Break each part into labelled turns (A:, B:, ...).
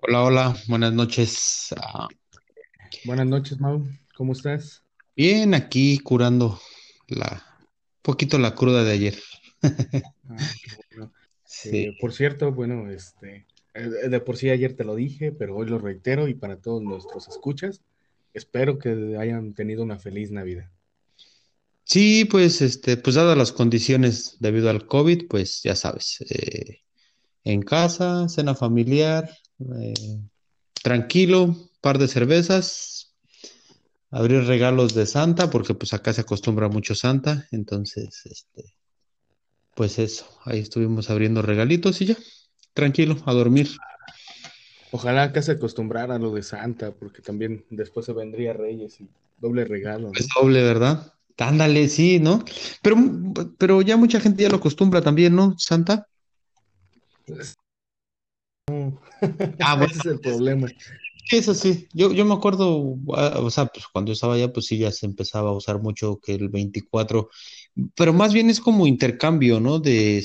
A: Hola, hola, buenas noches.
B: Buenas noches, Mau. ¿Cómo estás?
A: Bien, aquí curando poquito la cruda de ayer.
B: Ah, qué bueno.
A: Sí,
B: Por cierto, bueno, de por sí ayer te lo dije, pero hoy lo reitero y para todos nuestros escuchas, espero que hayan tenido una feliz Navidad.
A: sí, pues, pues dadas las condiciones debido al COVID, pues ya sabes, en casa, cena familiar, eh, tranquilo, par de cervezas, abrir regalos de Santa, porque pues acá se acostumbra mucho Santa, entonces, pues eso, ahí estuvimos abriendo regalitos y ya, tranquilo, a dormir.
B: Ojalá que se acostumbrara a lo de Santa, porque también después se vendría Reyes y doble regalo,
A: Es
B: ¿no?
A: doble, ¿verdad? Ándale, sí, ¿no? Pero, pero ya mucha gente ya lo acostumbra también, ¿no? Santa.
B: Es-
A: Ah, bueno,
B: Ese es el problema.
A: sí, eso sí. Yo me acuerdo, o sea, pues cuando yo estaba allá, pues sí, ya se empezaba a usar mucho que el 24, pero más bien es como intercambio, ¿no?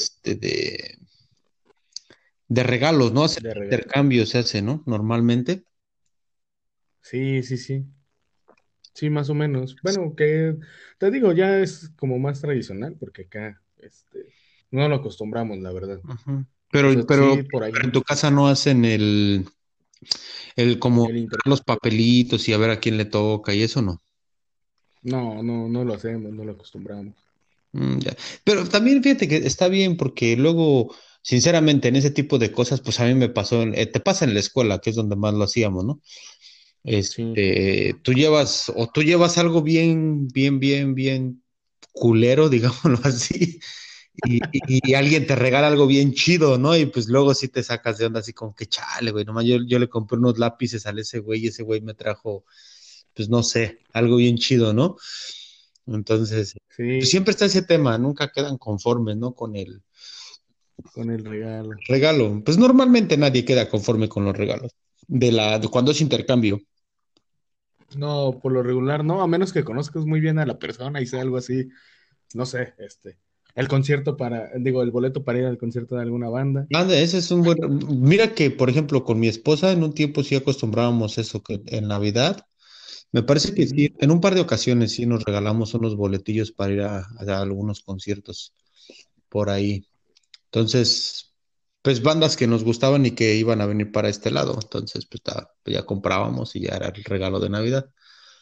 A: De regalos, ¿no? Hacer
B: De regalo.
A: intercambio se hace, ¿no? Normalmente.
B: Sí, sí, sí. Sí, más o menos. Bueno, que te digo, ya es como más tradicional, porque acá, no lo acostumbramos, la verdad.
A: Ujú.
B: O sea, sí, por
A: Pero en
B: ahí,
A: tu casa no hacen el como
B: el
A: los
B: intercambio.
A: papelitos y a ver a quién le toca y eso, ¿no?
B: No, no, no lo hacemos, no lo acostumbramos.
A: Ya. Pero también fíjate que está bien porque luego, sinceramente, en ese tipo de cosas, pues a mí me pasó, te pasa en la escuela, que es donde más lo hacíamos, ¿no?
B: Sí,
A: Tú llevas algo bien culero, digámoslo así, y alguien te regala algo bien chido, ¿no? Y pues luego sí te sacas de onda así como que chale, güey, nomás yo le compré unos lápices a ese güey y ese güey me trajo, pues no sé, algo bien chido, ¿no? Entonces, pues
B: sí,
A: siempre está ese tema, nunca quedan conformes, ¿no? Con el
B: con el regalo.
A: regalo. Pues normalmente nadie queda conforme con los regalos. De cuando es intercambio.
B: No, por lo regular, no, a menos que conozcas muy bien a la persona y sea algo así, no sé, el concierto digo, el boleto para ir al concierto de alguna banda.
A: Anda, ese es un buen. Mira que, por ejemplo, con mi esposa en un tiempo sí acostumbrábamos eso, que en Navidad, me parece que
B: Ujú.
A: sí, en un par de ocasiones sí nos regalamos unos boletillos para ir a algunos conciertos por ahí. Entonces, pues bandas que nos gustaban y que iban a venir para este lado. Entonces, pues ya comprábamos y ya era el regalo de Navidad.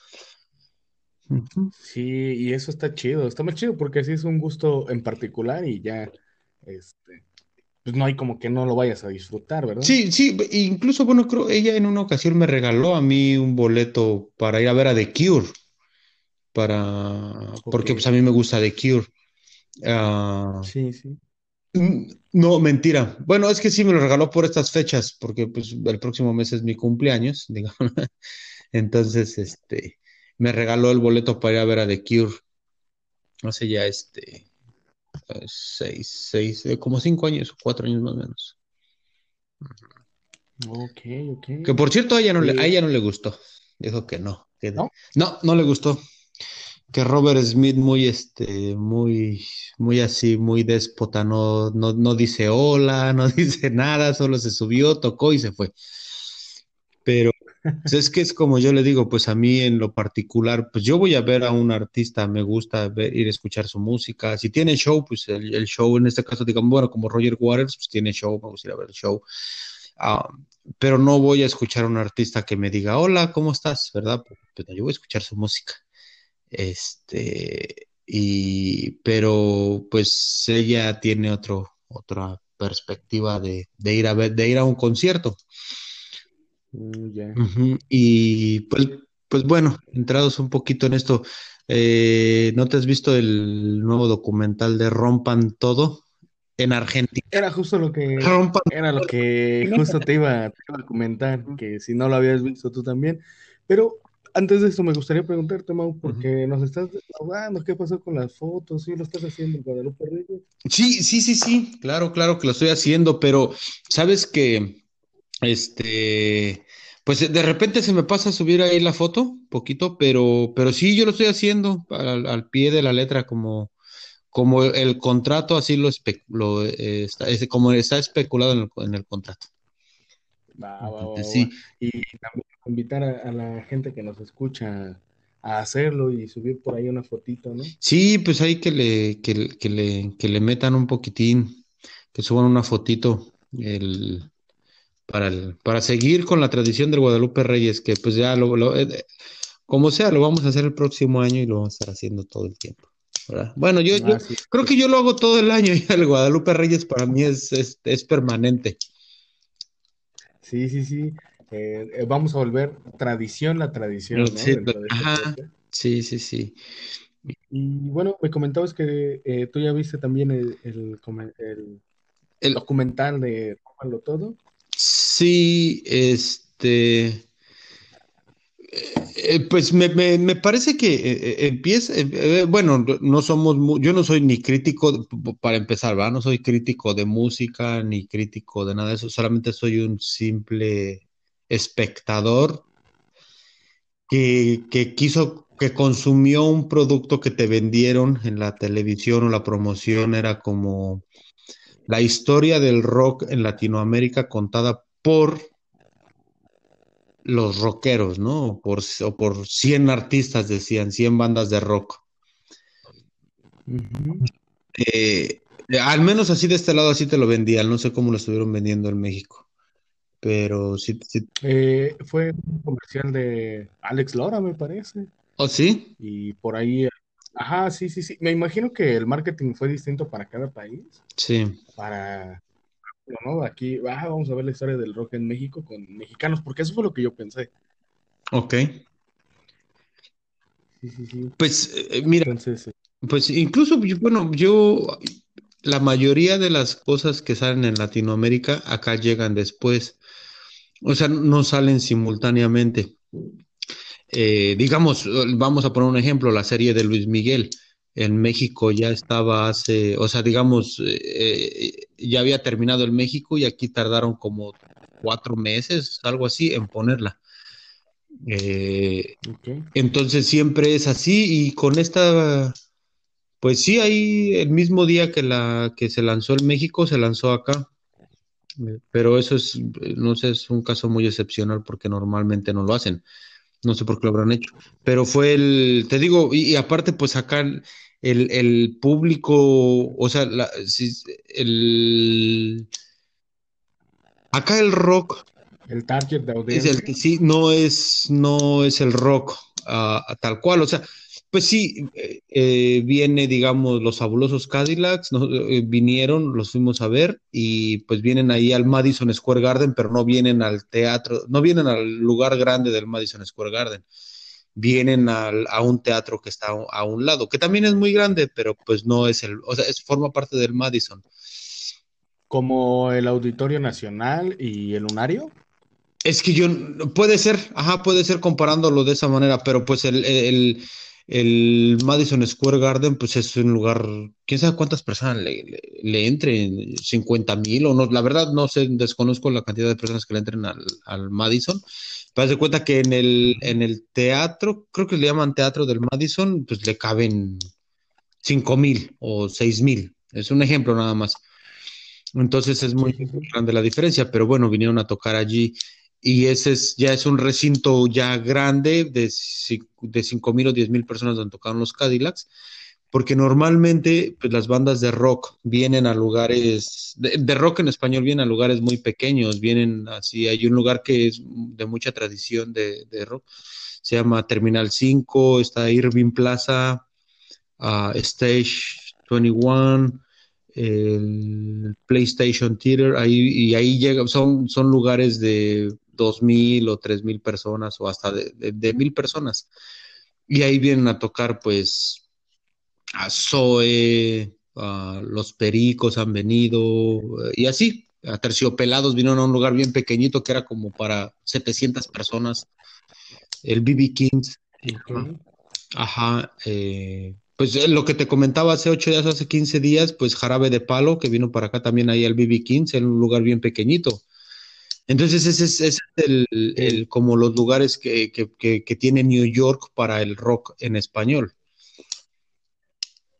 A: Ujú.
B: Sí, y eso está más chido porque así es un gusto en particular y ya, pues no hay como que no lo vayas a disfrutar, ¿verdad?
A: Sí, sí, incluso, bueno, creo ella en una ocasión me regaló a mí un boleto para ir a ver a The Cure,
B: Ok,
A: porque pues a mí me gusta The Cure. Ah,
B: sí, sí.
A: no, mentira. Bueno, es que sí me lo regaló por estas fechas, porque pues el próximo mes es mi cumpleaños, digamos. Entonces, me regaló el boleto para ir a ver a The Cure hace ya como 5 años, 4 años más o menos.
B: Ok, ok.
A: Que por cierto, a
B: Eh,
A: ella no le gustó. Dijo que no.
B: ¿No?
A: No le gustó. Que Robert Smith muy así, muy déspota, no dice hola, no dice nada, solo se subió, tocó y se fue. Pero pues, es que es como yo le digo, pues a mí en lo particular, pues yo voy a ver a un artista, me gusta ir a escuchar su música. Si tiene show, pues el show, en este caso, digamos, bueno, como Roger Waters, pues tiene show, vamos a ir a ver el show. Ah, pero no voy a escuchar a un artista que me diga, hola, ¿cómo estás? ¿Verdad? Pues no, yo voy a escuchar su música. Pero pues ella tiene otra perspectiva de ir de ir a un concierto.
B: Ya.
A: Ujú. Y pues bueno, entrados un poquito en esto, ¿no te has visto el nuevo documental de Rompan Todo en Argentina? Rompan
B: Era lo que
A: Todo.
B: justo te iba a comentar, que si no lo habías visto tú también. Pero antes de esto me gustaría preguntarte, Mau,
A: Ujú.
B: porque nos estás hablando, ¿qué pasó con las fotos? ¿Sí lo estás haciendo en Guadalupe Reyes?
A: Sí, claro que lo estoy haciendo, pero sabes que pues de repente se me pasa a subir ahí la foto, poquito, pero sí, yo lo estoy haciendo al pie de la letra, como el contrato, así como está especulado en el contrato.
B: Va, va, va,
A: Entonces
B: va.
A: sí,
B: Y también invitar a la gente que nos escucha a hacerlo y subir por ahí una fotito, ¿no?
A: sí, pues hay que le metan un poquitín, que suban una fotito para seguir con la tradición del Guadalupe Reyes, que pues ya como sea, lo vamos a hacer el próximo año y lo vamos a estar haciendo todo el tiempo, ¿verdad? Bueno, yo
B: Así
A: creo
B: es.
A: que yo lo hago todo el año y el Guadalupe Reyes para mí es permanente.
B: Sí, sí, sí. Vamos a volver tradición la tradición, ¿no?
A: Sí,
B: Dentro de este
A: ajá,
B: podcast.
A: sí, sí, sí.
B: Y bueno, me comentabas que tú ya viste también el
A: El,
B: documental de Tómalo Todo.
A: sí, pues me parece que empieza, bueno, no somos, yo no soy ni crítico, para empezar, ¿va? No soy crítico de música ni crítico de nada de eso, solamente soy un simple espectador que consumió un producto que te vendieron en la televisión o la promoción, era como la historia del rock en Latinoamérica contada por los rockeros, ¿no? O por 100 artistas, decían, 100 bandas de rock.
B: Ujú.
A: Eh, Al menos así de este lado, así te lo vendían. No sé cómo lo estuvieron vendiendo en México, pero sí, sí.
B: Fue un comercial de Alex Lora, me parece.
A: ¿Oh, sí?
B: Y por ahí, ajá, sí, sí, sí. Me imagino que el marketing fue distinto para cada país.
A: Sí,
B: Para, ¿no? Aquí, vamos a ver la historia del rock en México con mexicanos, porque eso fue lo que yo pensé.
A: ok.
B: Sí, sí, sí.
A: Pues mira,
B: Entonces,
A: pues incluso, bueno, la mayoría de las cosas que salen en Latinoamérica acá llegan después. O sea, no salen simultáneamente. Digamos, vamos a poner un ejemplo, la serie de Luis Miguel. En México ya estaba o sea, digamos, ya había terminado en México y aquí tardaron como 4 meses, algo así, en ponerla. Eh,
B: ok.
A: entonces siempre es así y con esta, pues sí, ahí el mismo día que se lanzó en México, se lanzó acá. Pero eso no sé, es un caso muy excepcional porque normalmente no lo hacen. No sé por qué lo habrán hecho, pero te digo, y aparte, pues acá el público, o sea, acá el rock
B: El target de
A: es el
B: audiencia.
A: que sí, no es el rock tal cual, o sea, pues sí, viene, digamos, los fabulosos Cadillacs, ¿no? Vinieron, los fuimos a ver y pues vienen ahí al Madison Square Garden, pero no vienen al teatro, no vienen al lugar grande del Madison Square Garden, vienen a un teatro que está a un lado, que también es muy grande, pero pues no es o sea, forma parte del Madison.
B: Como el Auditorio Nacional y el Lunario.
A: Es que puede ser, ajá, puede ser comparándolo de esa manera, pero pues el Madison Square Garden, pues es un lugar, quién sabe cuántas personas le entren, 50,000 o no, la verdad no sé, desconozco la cantidad de personas que le entren al Madison, pero haz de cuenta que en el,
B: Ujú.
A: en el teatro, creo que le llaman teatro del Madison, pues le caben 5,000 o 6,000, es un ejemplo nada más. Entonces es muy
B: Sí, sí, sí.
A: grande la diferencia, pero bueno, vinieron a tocar allí y ya es un recinto ya grande de 5,000 o 10,000 personas donde tocaron los Cadillacs, porque normalmente pues, las bandas de rock vienen a lugares, de rock en español vienen a lugares muy pequeños, vienen así, hay un lugar que es de mucha tradición de rock, se llama Terminal 5, está Irving Plaza, Stage 21, el PlayStation Theater, y ahí son lugares de 2,000 o 3,000 personas o hasta de 1,000 personas. Y ahí vienen a tocar pues a Zoe, a Los Pericos han venido y así. A Terciopelados vinieron a un lugar bien pequeñito que era como para 700 personas. El BB Kings.
B: Ok.
A: Ajá, pues lo que te comentaba hace 8 días, hace 15 días, pues Jarabe de Palo, que vino para acá también ahí al BB Kings, en un lugar bien pequeñito. Entonces ese es
B: Ok.
A: como los lugares que tiene New York para el rock en español.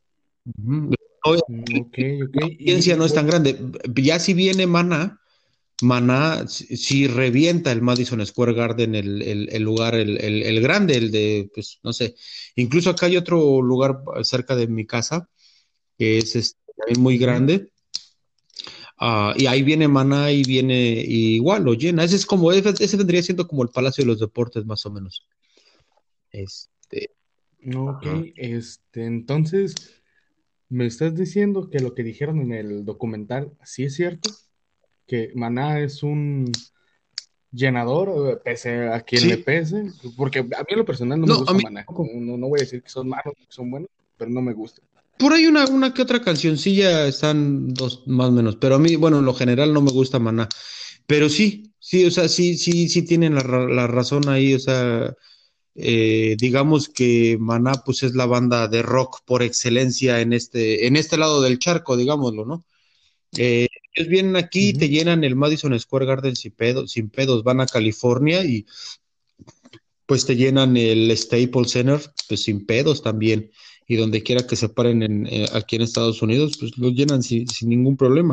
A: Ujú. Obviamente,
B: Ok, ok.
A: la audiencia no es tan grande. Ya si viene Maná, Maná sí revienta el Madison Square Garden, el lugar, el grande, el de, pues no sé. Incluso acá hay otro lugar cerca de mi casa que es también muy
B: Ujú.
A: grande. Y ahí viene Maná y viene y igual lo llena. Ese es como, ese vendría siendo como el Palacio de los Deportes, más o menos. Este,
B: Ok,
A: ajá.
B: entonces, ¿me estás diciendo que lo que dijeron en el documental sí es cierto? ¿Que Maná es un llenador, pese a quien le
A: Sí,
B: pese? Porque a mí en lo personal no me
A: no, a
B: gusta
A: mí
B: Maná.
A: tampoco.
B: No, no voy a decir que son malos, que son buenos, pero no me gusta.
A: Por ahí una que otra cancioncilla están dos más o menos, pero a mí, bueno, en lo general no me gusta Maná. Pero sí, sí, o sea, sí tienen la razón ahí, o sea, digamos que Maná pues es la banda de rock por excelencia en este lado del charco, digámoslo, ¿no? Eh, ellos vienen aquí, te
B: Ujú.
A: llenan el Madison Square Garden sin pedos, van a California y pues te llenan el Staples Center, pues sin pedos también. Y donde quiera que se paren aquí en Estados Unidos, pues lo llenan sin ningún problema.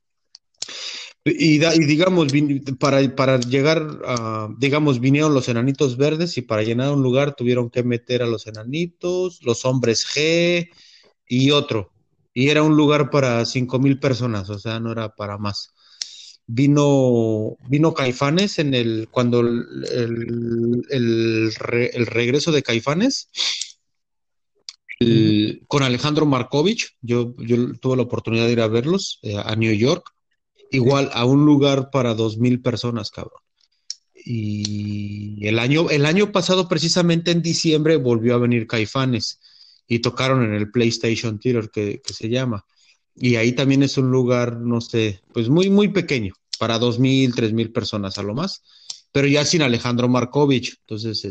A: Y digamos, para llegar a, digamos, vinieron los enanitos verdes y para llenar un lugar tuvieron que meter a los enanitos, los hombres G y otro. Y era un lugar para 5,000 personas, o sea, no era para más. Vino Caifanes cuando el regreso de Caifanes
B: Ujú.
A: con Alejandro Markovich. Yo tuve la oportunidad de ir a verlos a New York,
B: Sí.
A: igual a un lugar para 2,000 personas, cabrón. Y el año pasado, precisamente en diciembre, volvió a venir Caifanes y tocaron en el PlayStation Theater que se llama. Y ahí también es un lugar, no sé, pues muy, muy pequeño, para 2,000, 3,000 personas a lo más, pero ya sin Alejandro Markovich. Entonces,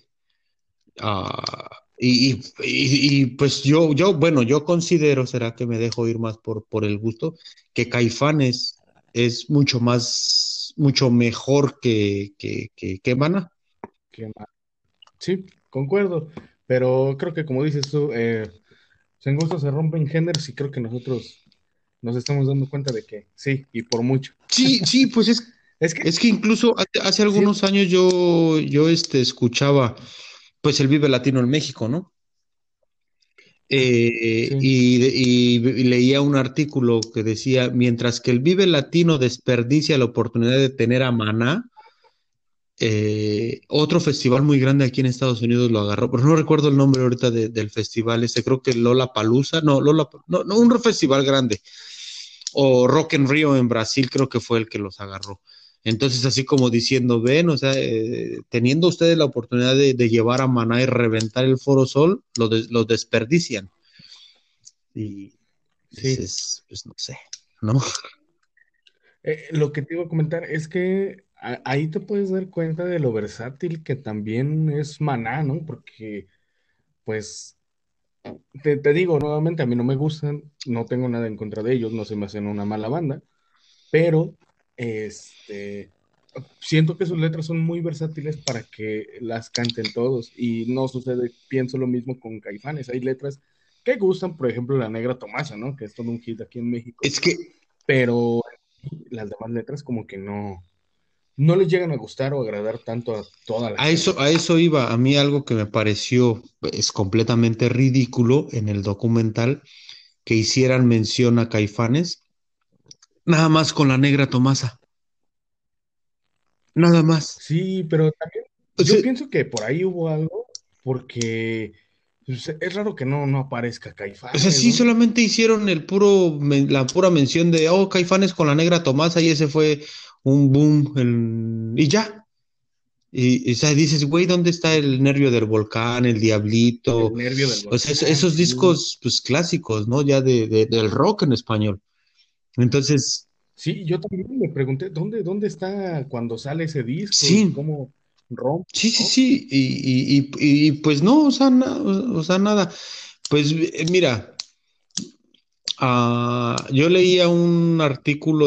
A: pues bueno, yo considero, será que me dejo ir más por el gusto, que Caifanes es mucho mejor que Maná.
B: ¿Qué más? Sí, concuerdo. Pero creo que como dices tú, en gusto se rompen géneros y creo que nosotros nos estamos dando cuenta de que sí, y por mucho.
A: Sí, sí, pues
B: Es que
A: es que incluso hace
B: sí,
A: algunos años yo escuchaba pues el Vive Latino en México, ¿no?
B: sí,
A: Y leía un artículo que decía, mientras que el Vive Latino desperdicia la oportunidad de tener a Maná, otro festival muy grande aquí en Estados Unidos lo agarró, pero no recuerdo el nombre ahorita del festival ese, creo que Lola Palusa, no, un festival grande, o Rock en Rio en Brasil, creo que fue el que los agarró. Entonces, así como diciendo, ven, o sea, teniendo ustedes la oportunidad de llevar a Maná y reventar el Foro Sol, lo desperdician. Y
B: sí.
A: dices, pues no sé, ¿no?
B: Lo que te iba a comentar es que ahí te puedes dar cuenta de lo versátil que también es Maná, ¿no? Porque, pues, te digo nuevamente, a mí no me gustan, no tengo nada en contra de ellos, no se me hacen una mala banda, pero, este, siento que sus letras son muy versátiles para que las canten todos y no sucede, pienso lo mismo con Caifanes, hay letras que gustan, por ejemplo, La Negra Tomasa, ¿no? Que es todo un hit aquí en México,
A: Es que
B: pero las demás letras como que no les llegan a gustar o agradar tanto a toda la gente.
A: a eso iba. A mí algo que me pareció es completamente ridículo en el documental que hicieran mención a Caifanes, nada más con la negra Tomasa, nada más.
B: Sí, pero también
A: O
B: yo
A: sea,
B: pienso que por ahí hubo algo, porque pues, es raro que no aparezca Caifanes,
A: sí,
B: ¿no?
A: solamente hicieron la pura mención de, oh, Caifanes con la negra Tomasa y ese fue un boom y ya. O sea, dices, güey, ¿dónde está el nervio del volcán, el diablito?
B: El nervio del
A: O sea,
B: volcán,
A: esos
B: sí.
A: discos, pues, clásicos, ¿no? Ya del rock en español. Entonces,
B: Sí, yo también me pregunté, ¿dónde está cuando sale ese disco y
A: sí,
B: cómo rompe, ¿no?
A: sí. Pues no, o sea, nada. Pues mira, yo leía un artículo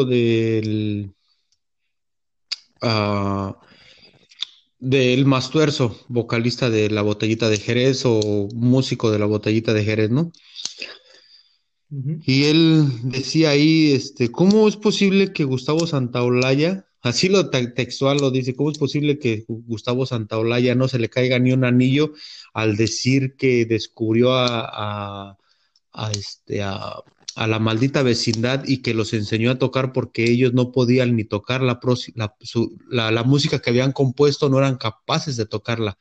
A: ah, del Mastuerzo, vocalista de La Botellita de Jerez o músico de La Botellita de Jerez, ¿no?
B: Ujú.
A: Y él decía ahí, ¿cómo es posible que Gustavo Santaolalla, así textual lo dice, ¿cómo es posible que Gustavo Santaolalla no se le caiga ni un anillo al decir que descubrió a, este, a, a la maldita vecindad y que los enseñó a tocar porque ellos no podían ni tocar la música que habían compuesto, no eran capaces de tocarla?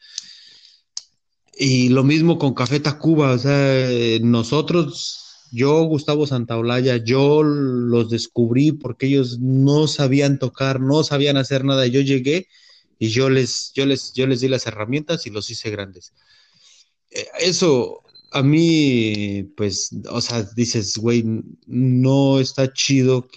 A: Y lo mismo con Café Tacuba, o sea, yo, Gustavo Santaolalla, yo los descubrí porque ellos no sabían tocar, no sabían hacer nada. Yo llegué y yo les di las herramientas y los hice grandes. Eso a mí, pues, o sea, dices, güey, no está chido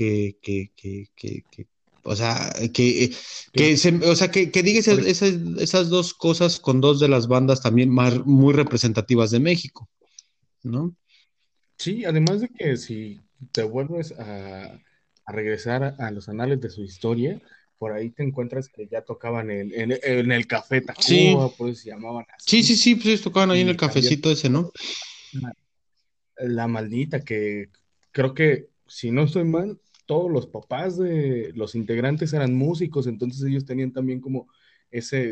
A: o sea,
B: Que,
A: o sea, que diga
B: por ej-
A: esas dos cosas con dos de las bandas también más, muy representativas de México, ¿no?
B: sí, además de que si te vuelves a regresar a los anales de su historia, por ahí te encuentras que ya tocaban en el Café
A: Sí,
B: Tacuba, por eso se llamaban
A: sí,
B: así,
A: sí, sí, pues ellos tocaban ahí en el
B: y también
A: cafecito ese, ¿no?
B: La Maldita, que creo que, si no estoy mal, todos los papás de los integrantes eran músicos, entonces ellos tenían también como ese,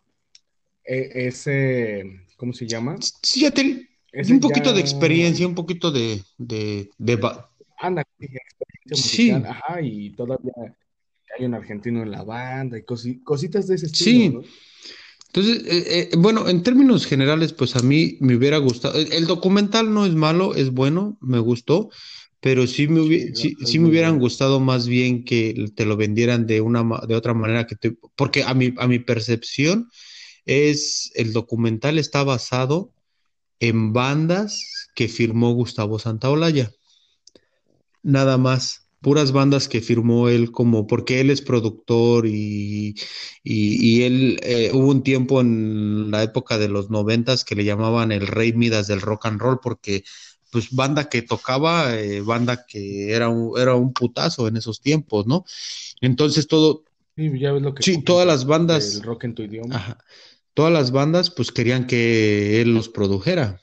B: ¿cómo se llama?
A: Sí, un
B: Ese ya,
A: poquito de experiencia, un poquito de.
B: anda, experiencia musical,
A: Sí,
B: ajá, y todavía hay un argentino en la banda y cositas de ese estilo,
A: sí.
B: ¿no?
A: Entonces, bueno, en términos generales, pues a mí me hubiera gustado. El documental no es malo, es bueno, me gustó, pero
B: Sí,
A: sí
B: es
A: me
B: muy
A: hubieran
B: bueno.
A: gustado más bien que te lo vendieran de otra manera porque a mi percepción el documental está basado en bandas que firmó Gustavo Santaolalla. Nada más, puras bandas que firmó él como, porque él es productor y él, hubo un tiempo en la época de los noventas que le llamaban el Rey Midas del rock and roll, porque pues banda que tocaba, banda que era un putazo en esos tiempos, ¿no? Entonces
B: Sí, ya ves lo que
A: sí, todas las
B: comentas del
A: bandas,
B: rock en tu idioma.
A: ajá, todas las bandas pues querían que él los produjera.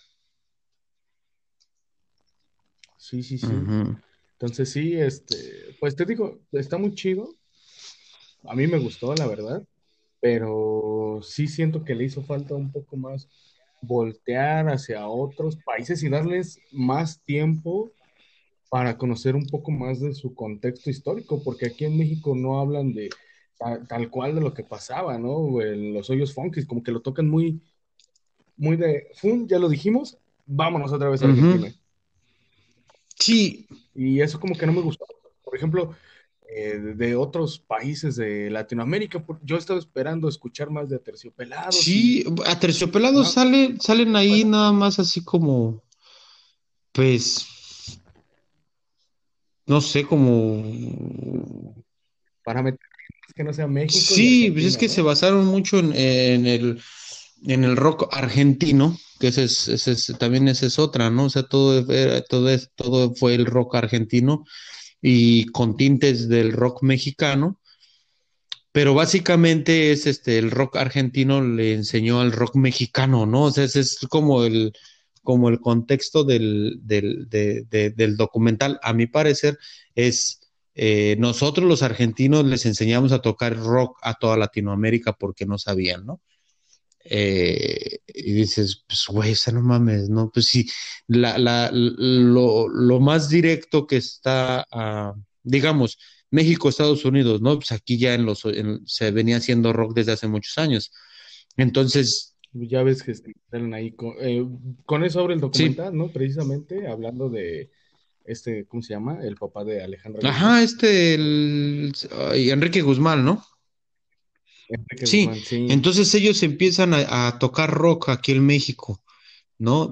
B: Sí, sí, sí.
A: Ujú.
B: Entonces sí, pues te digo, está muy chido. A mí me gustó, la verdad, pero sí siento que le hizo falta un poco más voltear hacia otros países y darles más tiempo para conocer un poco más de su contexto histórico, porque aquí en México no hablan de tal cual de lo que pasaba, ¿no? O en los hoyos funkis, como que lo tocan muy, muy de, ¡fum! Ya lo dijimos, vámonos otra vez a
A: Ujú.
B: Argentina.
A: Sí,
B: Y eso como que no me gustó. Por ejemplo, de otros países de Latinoamérica, yo he estado esperando escuchar más de Aterciopelados y
A: sí, Aterciopelados
B: no,
A: salen ahí
B: pues,
A: nada más así como, pues, no sé, como.
B: para meter que no sea México y
A: Sí, pues es
B: Argentina,
A: que se
B: ¿no?
A: basaron mucho en el rock argentino, que también esa es otra, ¿no? O sea, todo fue el rock argentino y con tintes del rock mexicano. Pero básicamente el rock argentino le enseñó al rock mexicano, ¿no? O sea, ese es como el contexto del documental. A mi parecer, nosotros los argentinos les enseñamos a tocar rock a toda Latinoamérica porque no sabían, ¿no? Y dices, pues, güey, o sea, no mames, ¿no? Pues sí, lo más directo que está, digamos, México, Estados Unidos, ¿no? Pues aquí ya se venía haciendo rock desde hace muchos años. Entonces,
B: Ya ves que salen ahí con eso abre el
A: sí,
B: documental, ¿no? Precisamente hablando de ¿cómo se llama? El papá de Alejandra Guzmán.
A: ajá, ay, Enrique Guzmán, ¿no?
B: Enrique
A: Sí,
B: Guzmán, sí.
A: entonces ellos empiezan a tocar rock aquí en México. ¿No?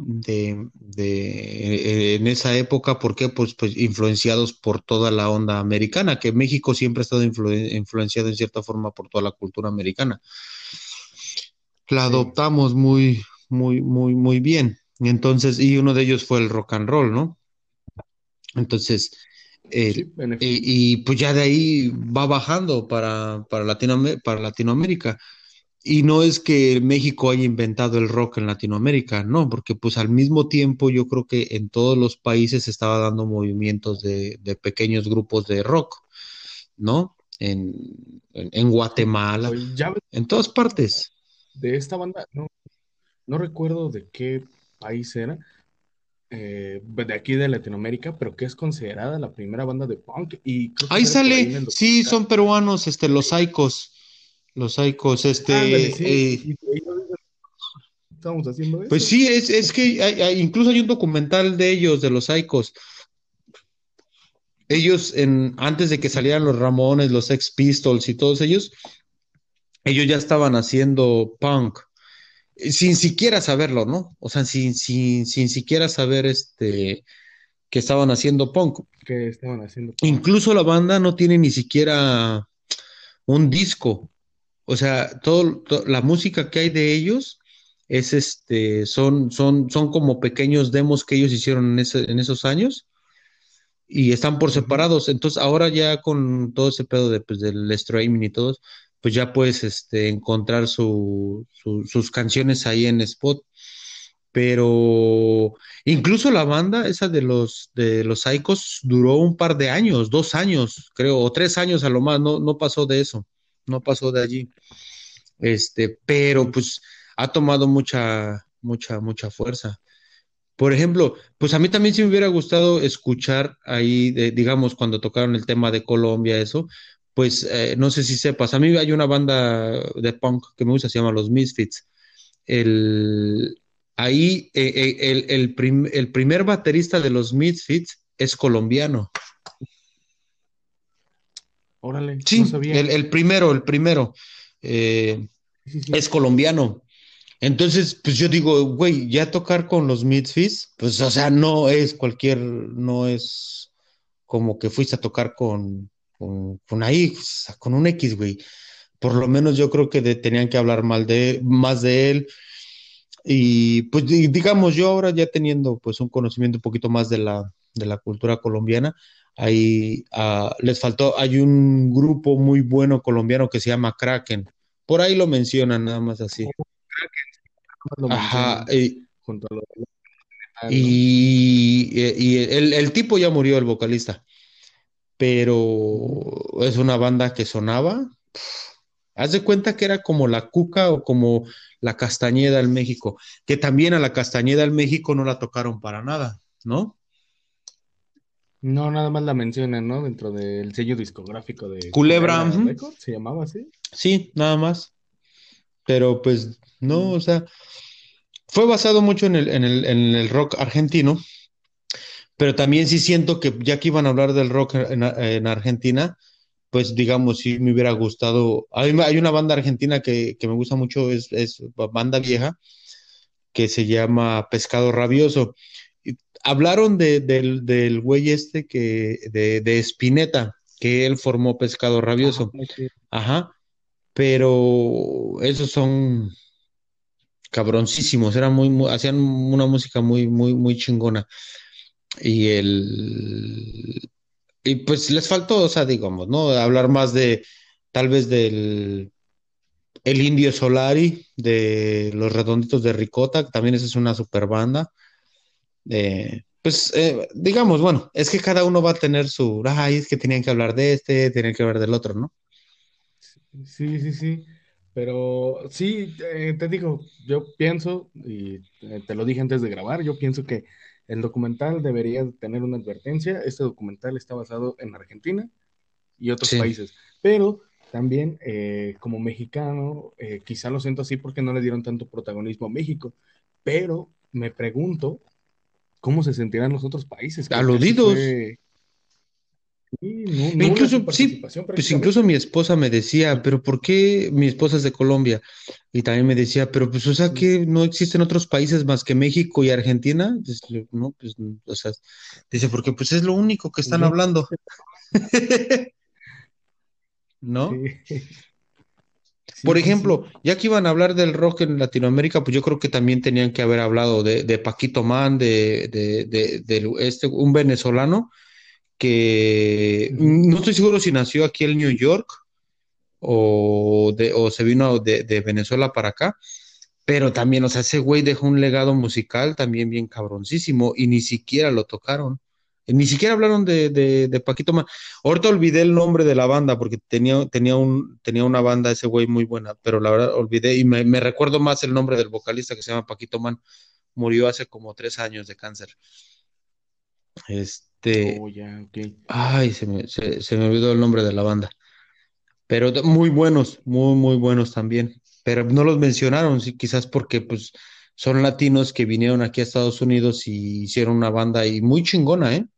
A: En esa época, ¿por qué? Pues influenciados por toda la onda americana, que México siempre ha estado influenciado en cierta forma por toda la cultura americana. La
B: Sí,
A: adoptamos muy, muy, muy, muy bien. Entonces, y uno de ellos fue el rock and roll, ¿no? Entonces,
B: sí, en efecto.
A: y pues ya de ahí va bajando para Latinoamérica. Y no es que México haya inventado el rock en Latinoamérica, no, porque pues al mismo tiempo yo creo que en todos los países se estaba dando movimientos de pequeños grupos de rock, ¿no? En
B: Sí,
A: Guatemala,
B: oye, ya ves,
A: en todas partes.
B: de esta banda, no, no recuerdo de qué país era, de aquí de Latinoamérica, pero que es considerada la primera banda de punk y creo que
A: Ahí
B: sale por ahí en
A: sale,
B: el
A: sí,
B: documental.
A: son peruanos, los Saicos,
B: Ándale, sí, y ellos dicen, estamos haciendo
A: pues
B: eso.
A: sí, es que incluso hay un documental de ellos, de los Saicos. Ellos, antes de que salieran los Ramones, los Sex Pistols y todos ellos ya estaban haciendo punk, sin siquiera saberlo, ¿no? O sea, sin siquiera saber que estaban haciendo punk.
B: Que estaban haciendo punk.
A: Incluso la banda no tiene ni siquiera un disco. O sea, la música que hay de ellos es son como pequeños demos que ellos hicieron en esos años y están por
B: Ujú.
A: separados. Entonces, ahora ya con todo ese pedo pues, del streaming y todo, pues ya puedes encontrar sus canciones ahí en Spot. Pero incluso la banda, esa de los Psychos, duró un par de años, 2 años, creo, o 3 años a lo más, no pasó de eso, no pasó de allí. Pero
B: Sí.
A: pues ha tomado mucha fuerza. Por ejemplo, pues a mí también sí me hubiera gustado escuchar ahí, digamos, cuando tocaron el tema de Colombia, eso, pues no sé si sepas, a mí hay una banda de punk que me gusta, se llama Los Misfits. El, ahí, el primer baterista de los Misfits es colombiano.
B: Órale, no
A: Sí,
B: sabía.
A: el primero eh,
B: Sí, sí.
A: es colombiano. Entonces, pues yo digo, güey, ya tocar con los Misfits, pues, o sea, no es como que fuiste a tocar con ahí, o sea, con un X, güey. Por lo menos yo creo que tenían que hablar más de él. Y pues digamos, yo ahora ya teniendo pues un conocimiento un poquito más de la cultura colombiana, ahí hay un grupo muy bueno colombiano que se llama Kraken. Por ahí lo mencionan nada más así.
B: Más lo
A: Ajá,
B: mencionan junto a lo del metal, ¿no?
A: y el tipo ya murió, el vocalista, pero
B: Mm.
A: es una banda que sonaba. Haz de cuenta que era como la Cuca o como la Castañeda en México, que también a la Castañeda en México no la tocaron para nada, ¿no?
B: No, nada más la mencionan, ¿no? Dentro del sello discográfico de
A: Culebra,
B: Culebra
A: ujú,
B: Records, se llamaba así.
A: sí, nada más. Pero pues no,
B: Mm.
A: o sea, fue basado mucho en el rock argentino, pero también sí siento que ya que iban a hablar del rock en Argentina, pues digamos, sí me hubiera gustado. Hay una banda argentina que me gusta mucho, es banda vieja, que se llama Pescado Rabioso. Y hablaron del güey de Spinetta, que él formó Pescado
B: Ajá,
A: Rabioso.
B: sí.
A: Ajá, pero esos son cabroncísimos, hacían una música muy chingona. Y y pues les faltó, o sea, digamos, ¿no? Hablar más tal vez el Indio Solari, de Los Redonditos de Ricota, que también esa es una super banda. Pues, digamos, bueno, es que cada uno va a tener ay, es que tenían que hablar de tenían que hablar del otro, ¿no?
B: Sí, sí, sí. Pero sí, te digo, yo pienso, y te lo dije antes de grabar, yo pienso que el documental debería tener una advertencia. Este documental está basado en Argentina y otros
A: Sí.
B: países, pero también como mexicano, quizá lo siento así porque no le dieron tanto protagonismo a México, pero me pregunto cómo se sentirán los otros países, que casi
A: Aludidos.
B: fue sí, nula su
A: Incluso, sí,
B: participación
A: pues incluso
B: prácticamente.
A: mi esposa me decía,
B: Y
A: pero ¿por qué mi esposa es de Colombia? Y también me decía, pero pues, o sea,
B: sí,
A: que no existen otros países más que México y Argentina. No, pues, o sea, dice, porque pues es lo único que
B: pues
A: están
B: yo
A: hablando,
B: sí,
A: ¿no?
B: sí,
A: Por
B: sí, sí.
A: ejemplo, ya que iban a hablar del rock en Latinoamérica, pues yo creo que también tenían que haber hablado de Paquito Man, un venezolano que
B: Ujú.
A: no estoy seguro si nació aquí en New York o se vino de Venezuela para acá, pero también, o sea, ese güey dejó un legado musical también bien cabroncísimo y ni siquiera lo tocaron. Ni siquiera hablaron de Paquito Man. Ahorita olvidé el nombre de la banda porque tenía una banda ese güey muy buena, pero la verdad olvidé y me recuerdo más el nombre del vocalista que se llama Paquito Man. Murió hace como 3 años de cáncer. Este,
B: Oh, ya, ok.
A: ay, se me olvidó el nombre de la banda. Pero muy buenos, muy, muy buenos también. Pero no los mencionaron, sí, quizás porque pues son latinos que vinieron aquí a Estados Unidos y hicieron una banda y muy chingona, ¿eh?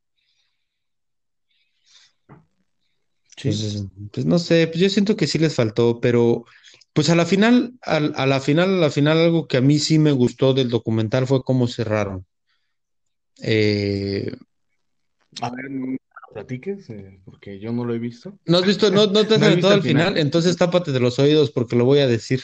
B: Sí.
A: Entonces, pues no sé, pues yo siento que sí les faltó, pero pues a la final, algo que a mí sí me gustó del documental fue cómo cerraron. Eh,
B: A ver, no me platiques, porque yo no lo he visto.
A: ¿No has visto, no te has
B: No he
A: aventado
B: visto el
A: al final?
B: final.
A: Entonces tápate de los oídos porque lo voy a decir.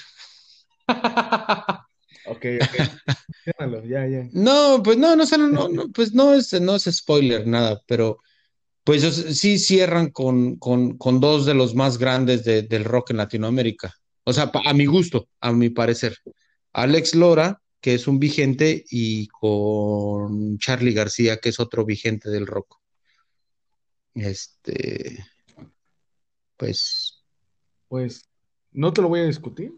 B: Ok, ok. Déjalo, ya, ya.
A: No, pues no, pues no es spoiler, nada, pero pues sí cierran con dos de los más grandes del rock en Latinoamérica. O sea, a mi gusto, a mi parecer. Alex Lora, que es un vigente, y con Charly García, que es otro vigente del rock. Este, pues,
B: Pues no te lo voy a discutir.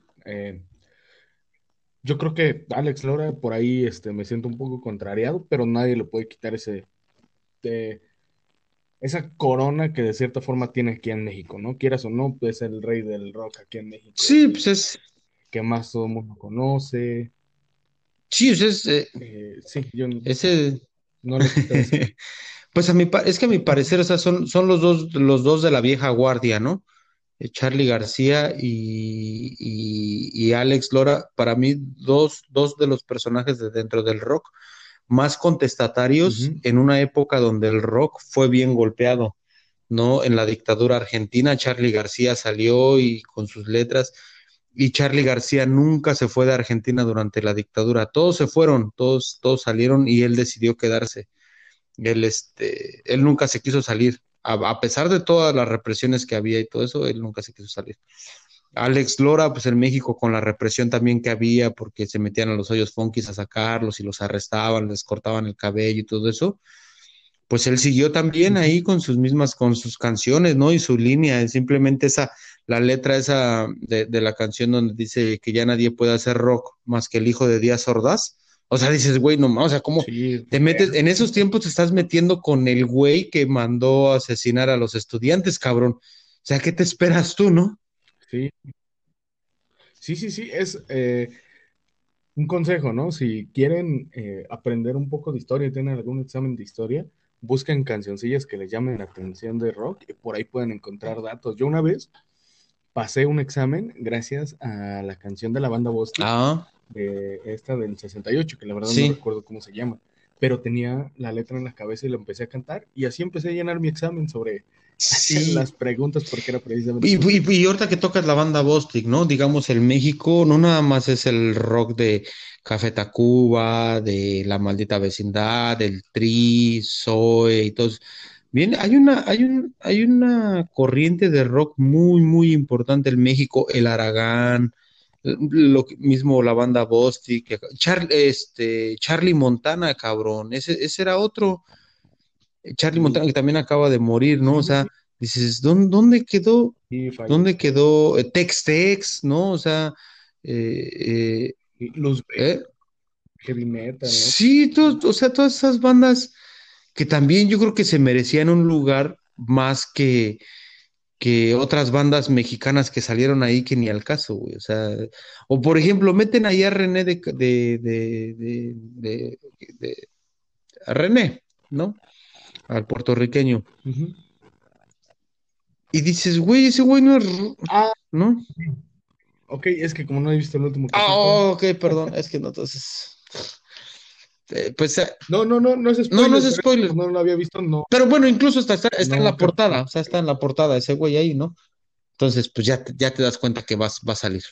B: Yo creo que Alex Lora por ahí me siento un poco contrariado, pero nadie le puede quitar eh, esa corona que de cierta forma tiene aquí en México, ¿no? Quieras o no, pues el rey del rock aquí en México,
A: sí, pues
B: que más todo el mundo conoce.
A: sí,
B: Sí, yo
A: ese,
B: no le quito eso.
A: pues es que a mi parecer, o sea, son los dos de la vieja guardia, ¿no? Charly García y Alex Lora, para mí, dos de los personajes de dentro del rock más contestatarios
B: Ujú,
A: en una época donde el rock fue bien golpeado, ¿no? En la dictadura argentina, Charly García salió y con sus letras, y Charly García nunca se fue de Argentina durante la dictadura. Todos se fueron, todos salieron y él decidió quedarse. Él nunca se quiso salir. A pesar de todas las represiones que había y todo eso, él nunca se quiso salir. Alex Lora, pues en México con la represión también que había, porque se metían a los hoyos funkis a sacarlos y los arrestaban, les cortaban el cabello y todo eso, pues él siguió también
B: ujú.
A: ahí con sus canciones, ¿no? Y su línea, simplemente la letra esa de la canción donde dice que ya nadie puede hacer rock más que el hijo de Díaz Ordaz. O sea, dices, güey, no más, o sea, ¿cómo
B: Sí,
A: te metes, en esos tiempos te estás metiendo con el güey que mandó a asesinar a los estudiantes, cabrón? O sea, ¿qué te esperas tú, no?
B: sí, sí, sí, sí, es un consejo, ¿no? Si quieren aprender un poco de historia, tienen algún examen de historia, busquen cancioncillas que les llamen la atención de rock y por ahí pueden encontrar datos. Yo una vez pasé un examen gracias a la canción de la banda Bostic,
A: Ah,
B: de esta del 68, que la verdad no
A: sí,
B: recuerdo cómo se llama, pero tenía la letra en la cabeza y la empecé a cantar y así empecé a llenar mi examen sobre
A: sí.
B: las preguntas porque era precisamente por eso.
A: Y ahorita que tocas la banda Bostik, ¿no? Digamos, el México no nada más es el rock de Café Tacuba, de La Maldita Vecindad, del Tri, Zoe y todo eso. Bien, hay una corriente de rock muy, muy importante en México, el Aragán, mismo la banda Bostik, Charlie Montana, cabrón, ese era otro. Charlie
B: Sí,
A: Montana, que también acaba de morir, ¿no? O
B: sí,
A: sea,
B: sí,
A: dices, ¿dónde quedó?
B: sí,
A: ¿Dónde
B: falleció.
A: quedó Tex-Tex, ¿no? O sea, eh,
B: Y Luz
A: eh,
B: heavy metal, ¿no?
A: sí, o sea, todas esas bandas que también yo creo que se merecían un lugar más que otras bandas mexicanas que salieron ahí que ni al caso, güey. O sea, o por ejemplo, meten ahí a René a René, ¿no? Al puertorriqueño.
B: Ujú.
A: Y dices, güey, ese güey no es,
B: Ah,
A: ¿no?
B: ok, es que como no he visto el último
A: Ah,
B: capítulo.
A: ok, perdón, es que no, entonces, pues
B: No, no, no, no es
A: no, no
B: spoiler,
A: es
B: pero
A: spoiler,
B: como no lo había visto, no,
A: pero bueno, incluso está en
B: no
A: la
B: creo.
A: portada, o sea, está en la portada ese güey ahí, ¿no? Entonces, pues ya te das cuenta que va a salir.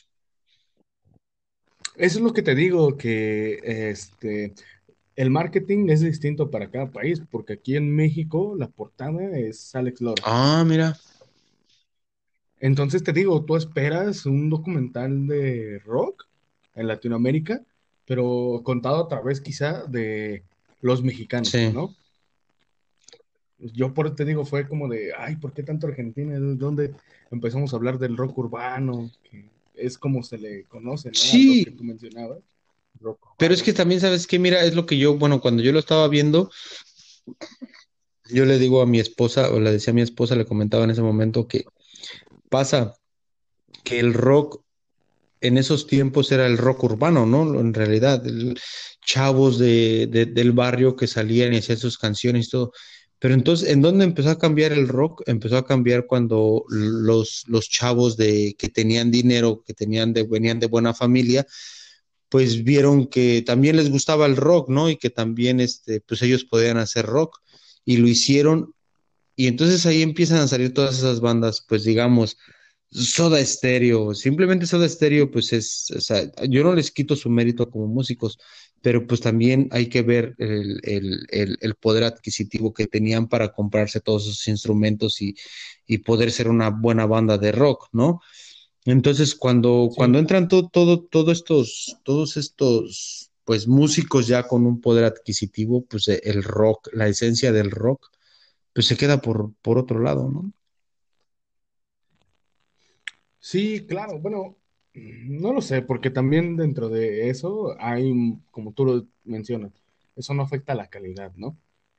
B: Eso es lo que te digo, que el marketing es distinto para cada país, porque aquí en México la portada es Alex Lora.
A: Ah, mira,
B: Entonces te digo, tú esperas un documental de rock en Latinoamérica, pero contado a través quizá de los mexicanos,
A: Sí.
B: ¿no? Yo por te digo, fue como de, ay, ¿por qué tanto Argentina? ¿De dónde empezamos a hablar del rock urbano? Que es como se le conoce, ¿no? Al rock que
A: Sí,
B: tú mencionabas, rock
A: pero es
B: urbano.
A: que también sabes que, mira, es lo que yo, bueno, cuando yo lo estaba viendo, yo le digo a mi esposa, o le decía a mi esposa, le comentaba en ese momento que pasa que el rock en esos tiempos era el rock urbano, ¿no? En realidad, chavos del barrio que salían y hacían sus canciones y todo. Pero entonces, ¿en dónde empezó a cambiar el rock? Empezó a cambiar cuando los chavos que tenían dinero, que venían de buena familia, pues vieron que también les gustaba el rock, ¿no? Y que también, pues ellos podían hacer rock y lo hicieron. Y entonces ahí empiezan a salir todas esas bandas, pues digamos, Soda Stereo, simplemente Soda Stereo, pues o sea, yo no les quito su mérito como músicos, pero pues también hay que ver el poder adquisitivo que tenían para comprarse todos esos instrumentos y poder ser una buena banda de rock, ¿no? Entonces, cuando
B: Sí,
A: entran todos estos, pues músicos ya con un poder adquisitivo, pues el rock, la esencia del rock, pues se queda por otro lado, ¿no?
B: sí, claro, bueno, no lo sé, porque también dentro de eso hay, como tú lo mencionas, eso no afecta a la calidad, ¿no?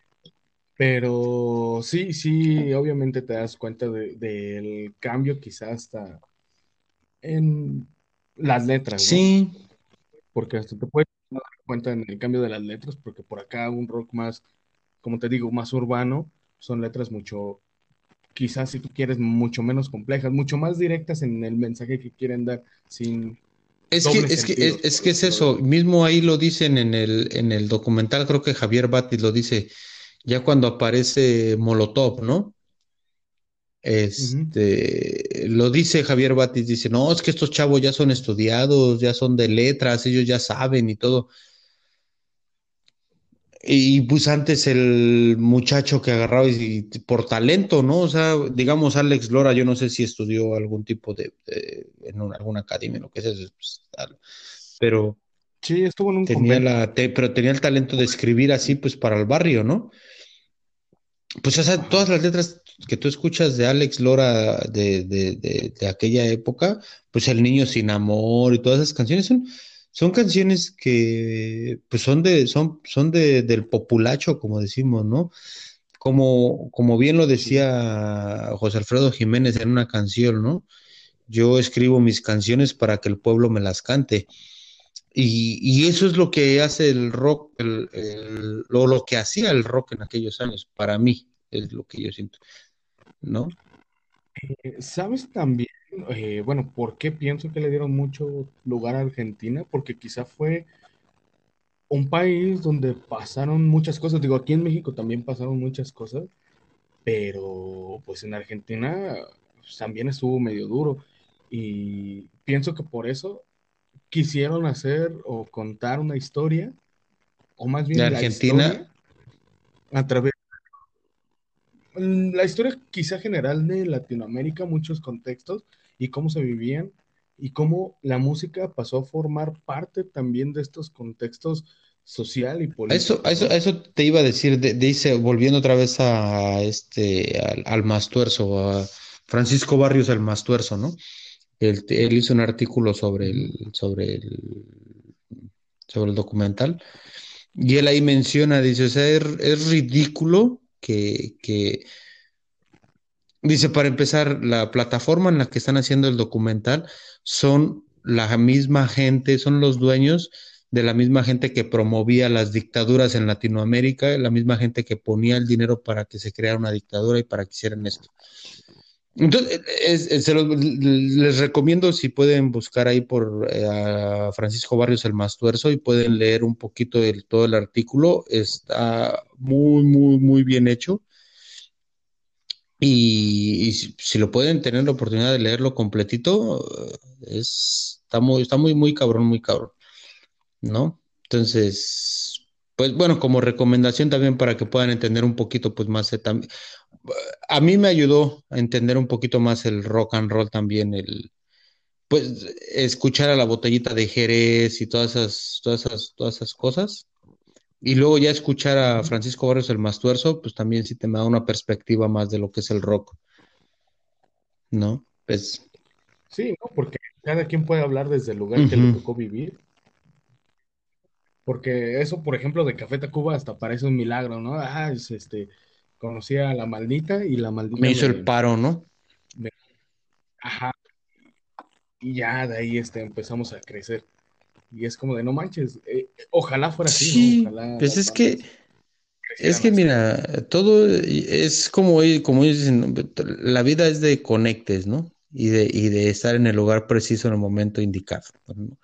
B: Pero sí, sí, obviamente te das cuenta del cambio quizás hasta en las letras, ¿no?
A: Sí,
B: Porque hasta te puedes dar cuenta en el cambio de las letras, porque por acá un rock más, como te digo, más urbano, son letras mucho, quizás si tú quieres, mucho menos complejas, mucho más directas en el mensaje que quieren dar, sin
A: es que,
B: dobles
A: es que,
B: sentidos,
A: es
B: por
A: que es
B: decirlo de
A: eso,
B: alguna manera.
A: mismo ahí lo dicen en el documental, creo que Javier Batis lo dice, ya cuando aparece Molotov, ¿no?
B: Ujú.
A: Lo dice Javier Batis, dice, no, es que estos chavos ya son estudiados, ya son de letras, ellos ya saben y todo. Y pues antes el muchacho que agarraba y por talento, ¿no? O sea, digamos Alex Lora, yo no sé si estudió algún tipo en alguna academia, lo que sea, pues, pero
B: Sí, estuvo en un convento.
A: pero tenía el talento de escribir así, pues para el barrio, ¿no? Pues o sea, todas
B: Ajá.
A: las letras que tú escuchas de Alex Lora de aquella época, pues El Niño Sin Amor y todas esas canciones son canciones que pues del populacho, como decimos, ¿no? Como bien lo
B: Sí.
A: decía José Alfredo Jiménez en una canción, ¿no? Yo escribo mis canciones para que el pueblo me las cante. Y eso es lo que hace el rock, lo que hacía el rock en aquellos años, para mí, es lo que yo siento, ¿no?
B: ¿Sabes también, bueno, por qué pienso que le dieron mucho lugar a Argentina? Porque quizá fue un país donde pasaron muchas cosas. Digo, aquí en México también pasaron muchas cosas, pero pues en Argentina pues, también estuvo medio duro. Y pienso que por eso quisieron hacer o contar una historia, o más
A: De
B: bien la historia,
A: Argentina,
B: a través, la historia quizá general de Latinoamérica, muchos contextos y cómo se vivían y cómo la música pasó a formar parte también de estos contextos social y políticos,
A: a
B: ¿no?
A: eso te iba a decir, dice, volviendo otra vez al Mastuerzo, a Francisco Barrios el Mastuerzo, ¿no? Él hizo un artículo
B: Ujú.
A: sobre el documental. Y él ahí menciona, dice, o sea, es ridículo dice, para empezar, la plataforma en la que están haciendo el documental son la misma gente, son los dueños de la misma gente que promovía las dictaduras en Latinoamérica, la misma gente que ponía el dinero para que se creara una dictadura y para que hicieran esto. Entonces, les recomiendo si pueden buscar ahí por a Francisco Barrios el Mastuerzo y pueden leer un poquito de todo el artículo. Está muy, muy, muy bien hecho. Y si lo pueden tener la oportunidad de leerlo completito, está muy, muy cabrón, ¿no? Entonces, pues bueno, como recomendación también para que puedan entender un poquito pues más, a mí me ayudó a entender un poquito más el rock and roll también, pues escuchar a la Botellita de Jerez y todas esas cosas. Y luego ya escuchar a
B: Ujú.
A: Francisco Barrios el Mastuerzo, pues también sí te me da una perspectiva más de lo que es el rock, ¿no? Pues,
B: Sí, ¿no? Porque cada quien puede hablar desde el lugar que le
A: ujú.
B: tocó vivir. Porque eso, por ejemplo, de Café Tacuba hasta parece un milagro, ¿no? Conocí a la maldita y la
A: Me
B: maldita
A: hizo el paro, ¿no?
B: me- ajá, y ya de ahí empezamos a crecer. Y es como de, no manches, ojalá fuera así, ¿no?
A: Sí,
B: Ojalá
A: pues
B: las
A: es
B: bandas
A: es
B: crecieran
A: que
B: así.
A: mira, todo es como ellos dicen, ¿no? La vida es de conectes, ¿no? Y de estar en el lugar preciso en el momento indicado, ¿no?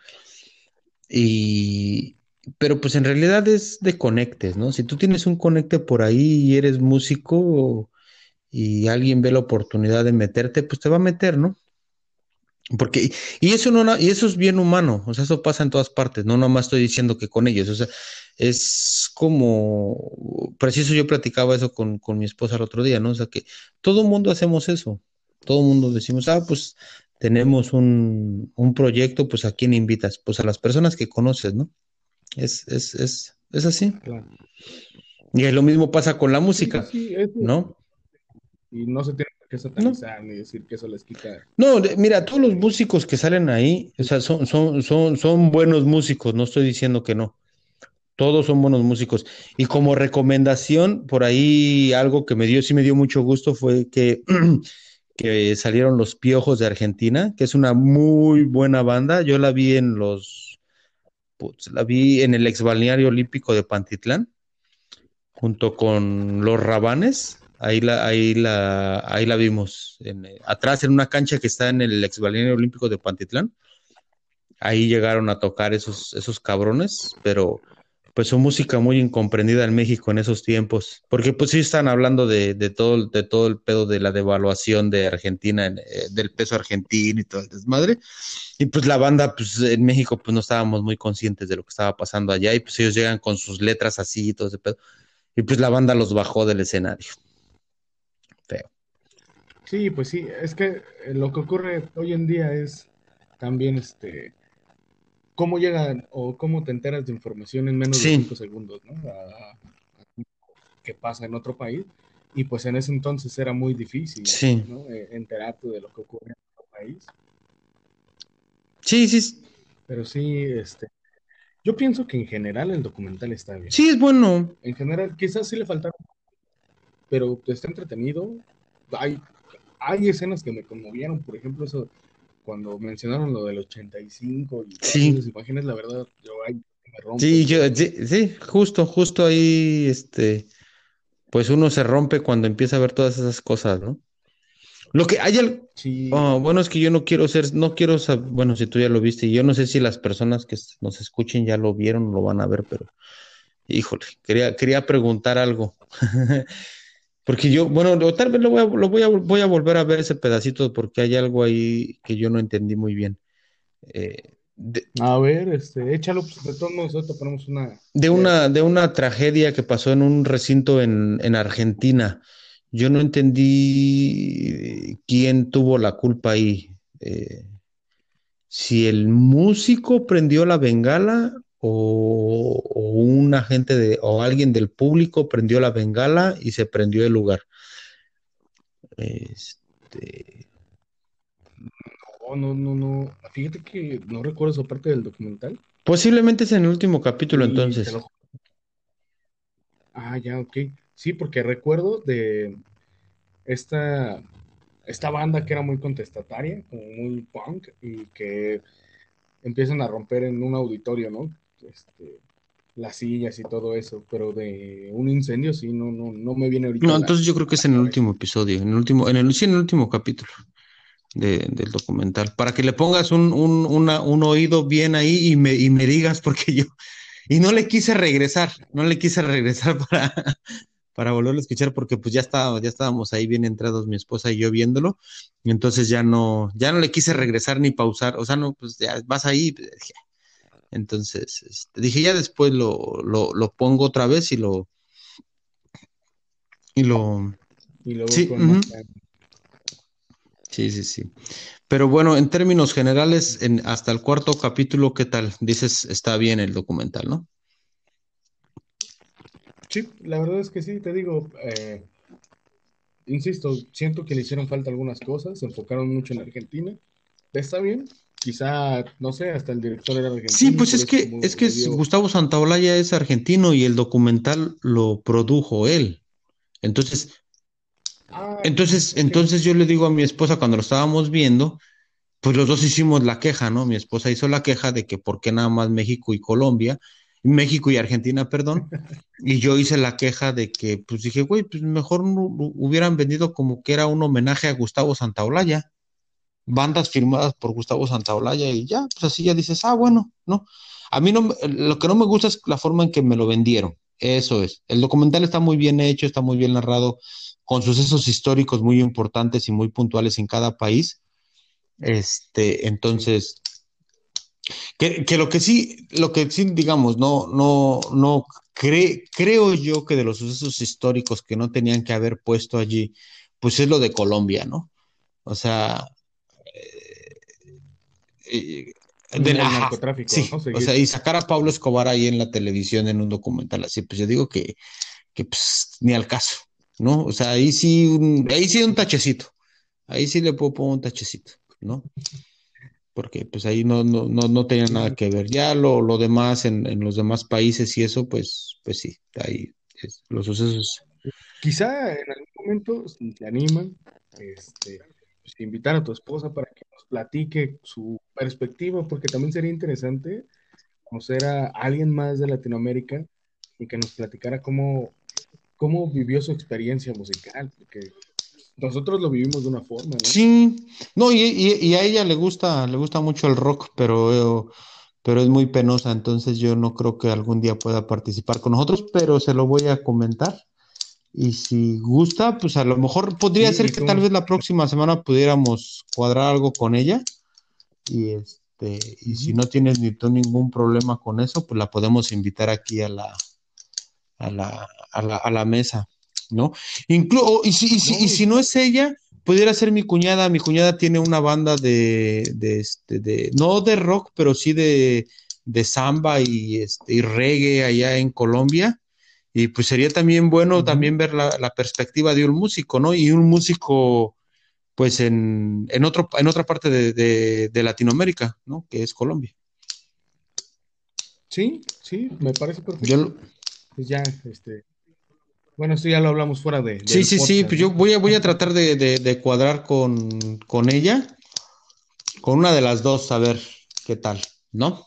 A: Y, pero pues en realidad es de conectes, ¿no? Si tú tienes un conecte por ahí y eres músico y alguien ve la oportunidad de meterte, pues te va a meter, ¿no? Porque, y eso no, y eso es bien humano, o sea, eso pasa en todas partes, no nomás estoy diciendo que con ellos, o sea, es como, preciso yo platicaba eso con mi esposa el otro día, ¿no? O sea, que todo el mundo hacemos eso, todo el mundo decimos, pues tenemos un proyecto, pues ¿a quién invitas? Pues a las personas que conoces, ¿no? Es así.
B: Claro.
A: Y lo mismo pasa con la
B: Sí, sí,
A: música,
B: sí, eso.
A: ¿no?
B: Y no se tiene por qué
A: No.
B: satanizar ni decir que eso les quita,
A: No, mira, todos los
B: este,
A: músicos que salen ahí, o sea, son buenos músicos, no estoy diciendo que no. Todos son buenos músicos. Y como recomendación, por ahí algo que sí me dio mucho gusto fue que, que salieron Los Piojos de Argentina, que es una muy buena banda. Yo la vi en el ex balneario olímpico de Pantitlán junto con los Rabanes. Ahí la vimos, atrás en una cancha que está en el ex balneario olímpico de Pantitlán. Ahí llegaron a tocar esos cabrones, pero pues su música muy incomprendida en México en esos tiempos, porque pues sí están hablando de todo el pedo de la devaluación de Argentina, del peso argentino y todo el desmadre. Y pues la banda, pues en México, pues no estábamos muy conscientes de lo que estaba pasando allá, y pues ellos llegan con sus letras así y todo ese pedo. Y pues la banda los bajó del escenario. Feo.
B: sí, pues sí, es que lo que ocurre hoy en día es también cómo llegan o cómo te enteras de información en menos de
A: Sí,
B: 5 segundos, ¿no? Que pasa en otro país. Y pues en ese entonces era muy difícil,
A: sí,
B: ¿no? Enterarte de lo que ocurre en otro país.
A: sí, sí,
B: Pero sí, yo pienso que en general el documental está bien.
A: sí es bueno.
B: En general, quizás sí le faltaron, pero está entretenido. Hay, hay escenas que me conmovieron, por ejemplo, eso cuando mencionaron lo del 85 y todas esas
A: Sí,
B: imágenes, la verdad, yo ahí me rompo el
A: sí,
B: corazón.
A: sí, sí, justo ahí, pues uno se rompe cuando empieza a ver todas esas cosas, ¿no? Lo que hay
B: Sí,
A: bueno, es que yo no quiero saber, bueno, si tú ya lo viste, y yo no sé si las personas que nos escuchen ya lo vieron o lo van a ver, pero, híjole, quería preguntar algo. Porque yo, bueno, tal vez voy a volver a ver ese pedacito porque hay algo ahí que yo no entendí muy bien.
B: a ver, échalo, pues, de todos modos, ahorita ponemos una
A: De
B: idea.
A: una tragedia que pasó en un recinto en Argentina. Yo no entendí quién tuvo la culpa ahí. Si el músico prendió la bengala o un agente o alguien del público prendió la bengala y se prendió el lugar. Este,
B: Oh, no, no, no. Fíjate que no recuerdo esa parte del documental.
A: posiblemente es en el último capítulo
B: Y te
A: entonces.
B: lo... Ah, ya, ok. Sí, porque recuerdo de esta, esta banda que era muy contestataria, como muy punk, y que empiezan a romper en un auditorio, ¿no? Las sillas y todo eso, pero de un incendio sí, no, no, no me viene ahorita
A: No,
B: a
A: entonces yo creo
B: a
A: que es
B: la
A: en el
B: cabeza.
A: último episodio, sí, en el último capítulo del documental, para que le pongas un oído bien ahí y me digas, porque y no le quise regresar para volverlo a escuchar, porque pues ya estábamos ahí bien entrados, mi esposa y yo viéndolo, y entonces ya no le quise regresar ni pausar, o sea, no, pues ya vas ahí, Entonces, dije, ya después lo pongo otra vez y lo,
B: Y luego
A: sí,
B: con
A: ujú,
B: más calma.
A: sí, sí, sí. Pero bueno, en términos generales, hasta el cuarto capítulo, ¿qué tal? Dices, está bien el documental, ¿no?
B: Sí, la verdad es que sí, te digo, insisto, siento que le hicieron falta algunas cosas, se enfocaron mucho en Argentina. Está bien, quizá, no sé, hasta el director era
A: Sí,
B: argentino y
A: pues
B: por
A: es
B: eso
A: que,
B: como
A: es que
B: le dio...
A: Gustavo Santaolalla es argentino y el documental lo produjo él. Entonces,
B: Ah,
A: entonces,
B: ok.
A: entonces yo le digo a mi esposa cuando lo estábamos viendo, pues los dos hicimos la queja, ¿no? Mi esposa hizo la queja de que por qué nada más México y Colombia, México y Argentina, perdón, y yo hice la queja de que, pues dije, güey, pues mejor hubieran vendido como que era un homenaje a Gustavo Santaolalla, bandas firmadas por Gustavo Santaolalla y ya, pues así ya dices, ah, bueno, ¿no? A mí no, lo que no me gusta es la forma en que me lo vendieron, eso es. El documental está muy bien hecho, está muy bien narrado, con sucesos históricos muy importantes y muy puntuales en cada país.
B: Sí.
A: Entonces, que lo que sí, digamos, no creo yo que de los sucesos históricos que no tenían que haber puesto allí, pues es lo de Colombia, ¿no? O sea, eh,
B: El
A: ajá,
B: narcotráfico, ¿no?
A: sí, o sea,
B: Seguir.
A: y sacar a Pablo Escobar ahí en la televisión en un documental así, pues yo digo que pues, ni al caso, ¿no? O sea, ahí sí un tachecito, ahí sí le puedo poner un tachecito, ¿no? Porque pues ahí no tenía nada
B: Sí.
A: que ver. Ya lo demás en los demás países y eso, pues sí, ahí los sucesos.
B: Quizá en algún momento, si te animan, pues, invitar a tu esposa para que nos platique su perspectiva, porque también sería interesante conocer a alguien más de Latinoamérica y que nos platicara cómo vivió su experiencia musical, porque nosotros lo vivimos de una forma, ¿no?
A: Sí, no, y a ella le gusta mucho el rock, pero es muy penosa, entonces yo no creo que algún día pueda participar con nosotros, pero se lo voy a comentar. Y si gusta, pues a lo mejor podría
B: Sí,
A: ser
B: y
A: que tal
B: tú.
A: vez la próxima semana pudiéramos cuadrar algo con ella. Y y si
B: Ujú.
A: no tienes ni tú ningún problema con eso, pues la podemos invitar aquí a la mesa, ¿no? Y
B: No,
A: si no es ella, pudiera ser mi cuñada. Mi cuñada tiene una banda no de rock, pero sí de samba y reggae allá en Colombia. Y pues sería también bueno
B: ujú.
A: también ver la perspectiva de un músico, ¿no? Y un músico, pues en otra parte de Latinoamérica, ¿no? Que es Colombia.
B: Sí, sí, me parece
A: Yo,
B: perfecto. Pues ya, bueno, esto ya lo hablamos fuera
A: sí,
B: del
A: sí, sí,
B: podcast,
A: pues yo
B: ¿no?
A: voy a tratar de cuadrar con ella, con una de las dos, a ver qué tal, ¿no?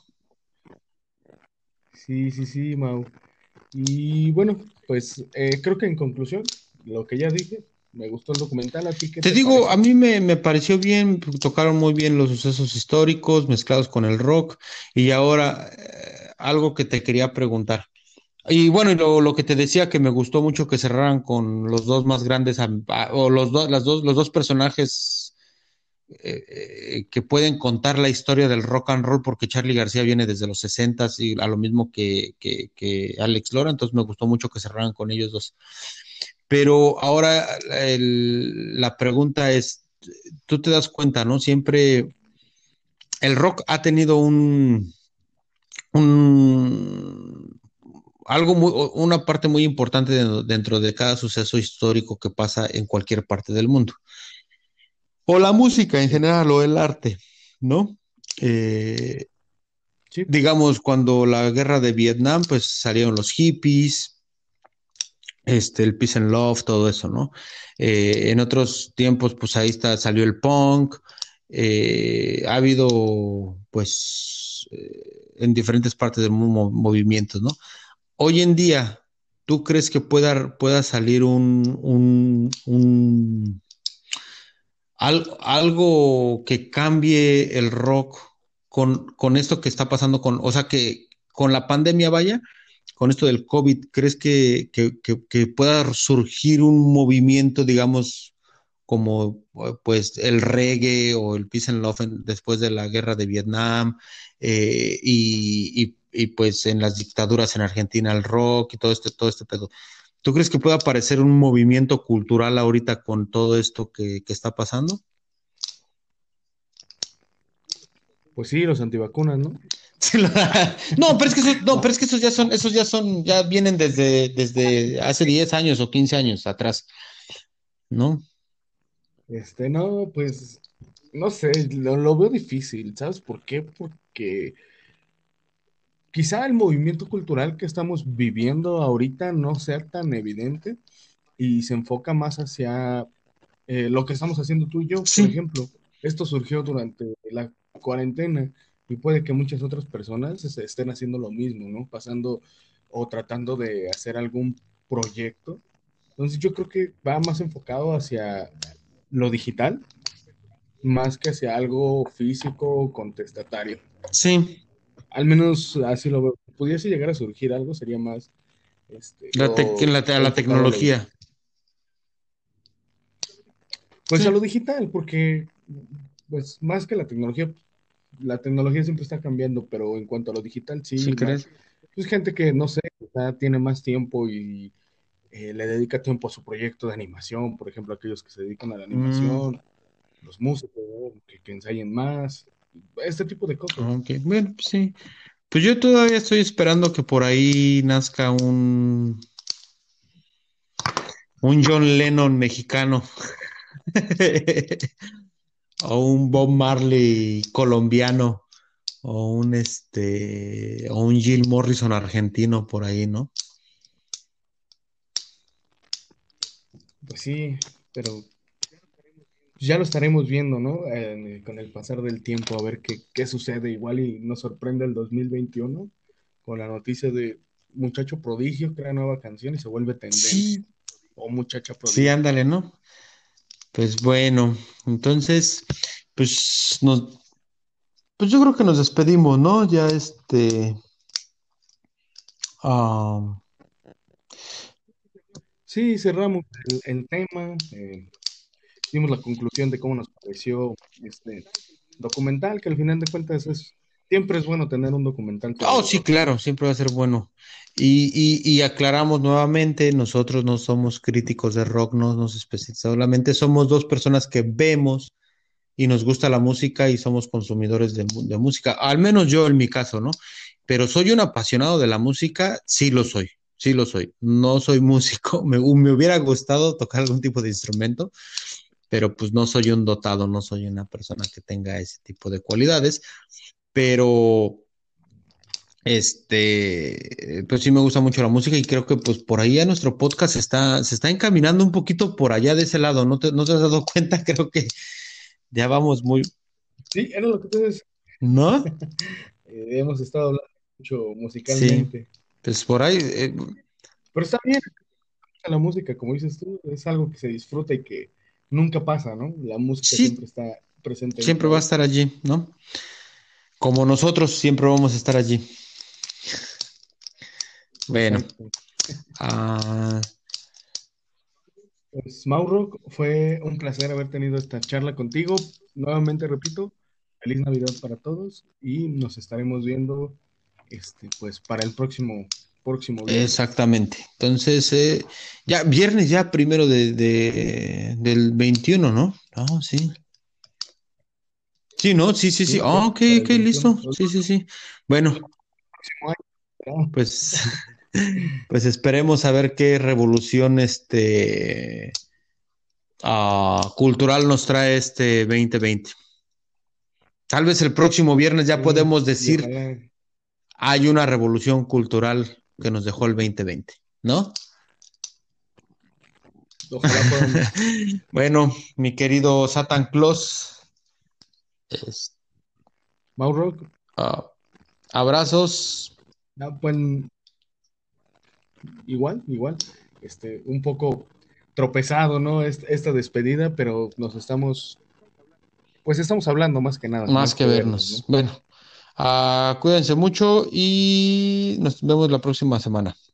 B: Sí, sí, sí, Mau. Y bueno, pues creo que en conclusión, lo que ya dije, me gustó el documental. ¿A ti qué
A: Te
B: te
A: digo, a
B: pareció?
A: mí me pareció bien, tocaron muy bien los sucesos históricos mezclados con el rock y ahora algo que te quería preguntar. Y bueno, y lo que te decía que me gustó mucho que cerraran con los dos más grandes o los dos personajes que pueden contar la historia del rock and roll, porque Charly García viene desde los 60 y a lo mismo que Alex Lora, entonces me gustó mucho que cerraran con ellos dos. Pero ahora la pregunta es, tú te das cuenta, ¿no? Siempre el rock ha tenido un una parte muy importante dentro de cada suceso histórico que pasa en cualquier parte del mundo. O la música en
B: Sí,
A: general, o el arte, ¿no? Eh,
B: sí,
A: digamos, cuando la guerra de Vietnam, pues salieron los hippies, el peace and love, todo eso, ¿no? En otros tiempos, pues ahí salió el punk. Ha habido, pues, en diferentes partes del mundo movimientos, ¿no? Hoy en día, ¿tú crees que pueda salir algo que cambie el rock con esto que está pasando o sea, que con la pandemia vaya, con esto del COVID, ¿crees que pueda surgir un movimiento, digamos, como pues el reggae o el peace and love después de la guerra de Vietnam, y pues en las dictaduras en Argentina el rock y todo este pedo. ¿Tú crees que puede aparecer un movimiento cultural ahorita con todo esto que está pasando?
B: Pues sí, los antivacunas, ¿no?
A: Sí, no, pero es que no,
B: No,
A: pero es que ya vienen desde hace 10 años o 15 años atrás, ¿no?
B: no, pues, no sé, lo veo difícil, ¿sabes por qué? Porque quizá el movimiento cultural que estamos viviendo ahorita no sea tan evidente y se enfoca más hacia lo que estamos haciendo tú y yo, por
A: Sí,
B: ejemplo. Esto surgió durante la cuarentena y puede que muchas otras personas estén haciendo lo mismo, ¿no? Pasando o tratando de hacer algún proyecto. Entonces yo creo que va más enfocado hacia lo digital, más que hacia algo físico o contestatario.
A: sí,
B: Al menos así lo veo. Pudiese llegar a surgir algo, sería más lo
A: a la
B: enfocado a lo
A: tecnología.
B: digital. Pues a
A: Sí,
B: lo digital, porque pues más que la tecnología siempre está cambiando, pero en cuanto a lo digital,
A: ¿sí
B: sí, más.
A: crees?
B: Pues gente que, no sé, quizá tiene más tiempo y le dedica tiempo a su proyecto de animación, por ejemplo, aquellos que se dedican a la
A: Mm,
B: animación, los músicos, ¿no? que ensayen más, este tipo de cosas.
A: ok, bueno, pues sí. Pues yo todavía estoy esperando que por ahí nazca un John Lennon mexicano o un Bob Marley colombiano o un Jill Morrison argentino por ahí, ¿no?
B: Pues sí, pero ya lo estaremos viendo, ¿no? Con el pasar del tiempo, a ver qué sucede. Igual y nos sorprende el 2021 con la noticia de muchacho prodigio crea nueva canción y se vuelve tendencia.
A: Sí,
B: O muchacha
A: sí,
B: prodigio.
A: ándale, ¿no? Pues bueno, entonces, pues pues yo creo que nos despedimos, ¿no? Ya ah,
B: Sí, cerramos el tema, dimos la conclusión de cómo nos pareció este documental, que al final de cuentas siempre es bueno tener un documental sobre
A: oh,
B: el
A: sí,
B: rock, ¿no?
A: claro, siempre va a ser bueno. Y aclaramos nuevamente, nosotros no somos críticos de rock, no nos especializamos, solamente somos dos personas que vemos y nos gusta la música y somos consumidores de música, al menos yo en mi caso, ¿no? Pero soy un apasionado de la música, sí lo soy, sí lo soy. No soy músico, me hubiera gustado tocar algún tipo de instrumento, pero pues no soy un dotado, no soy una persona que tenga ese tipo de cualidades, pero pues sí me gusta mucho la música y creo que pues por ahí ya nuestro podcast se está encaminando un poquito por allá de ese lado, no te has dado cuenta? Creo que ya vamos muy,
B: Sí, era lo que ustedes
A: ¿no?
B: hemos estado hablando mucho
A: Sí,
B: musicalmente.
A: pues por ahí
B: Pero está bien, la música, como dices tú, es algo que se disfruta y que nunca pasa, ¿no? La música siempre
A: sí,
B: está presente en
A: siempre va a
B: todo.
A: estar allí, ¿no? Como nosotros siempre vamos a estar allí. Bueno,
B: Exacto.
A: ah,
B: Pues Mauro, fue un placer haber tenido esta charla contigo. Nuevamente repito, feliz Navidad para todos y nos estaremos viendo pues para el próximo viernes.
A: exactamente. Entonces, ya viernes ya primero del 21, ¿no? Ah, sí. Sí, ¿no? Sí, sí, sí.
B: Sí,
A: Ah,
B: ya
A: ok,
B: para
A: ok,
B: el 21.
A: listo. Sí, sí, sí. Bueno,
B: Próximo año, ¿verdad?
A: pues, pues esperemos a ver qué revolución cultural nos trae este 2020. Tal vez el próximo viernes ya
B: Sí,
A: podemos
B: y
A: decir
B: ojalá,
A: hay una revolución cultural que nos dejó el 2020, ¿no?
B: ojalá podamos.
A: Bueno, mi querido Satan Claus, es-
B: Mauro,
A: ah, abrazos.
B: pues igual, un poco tropezado, ¿no? Esta despedida, pero pues estamos hablando más que nada,
A: Más
B: más
A: que
B: que vernos,
A: vernos.
B: ¿no?
A: Bueno, cuídense mucho y nos vemos la próxima semana.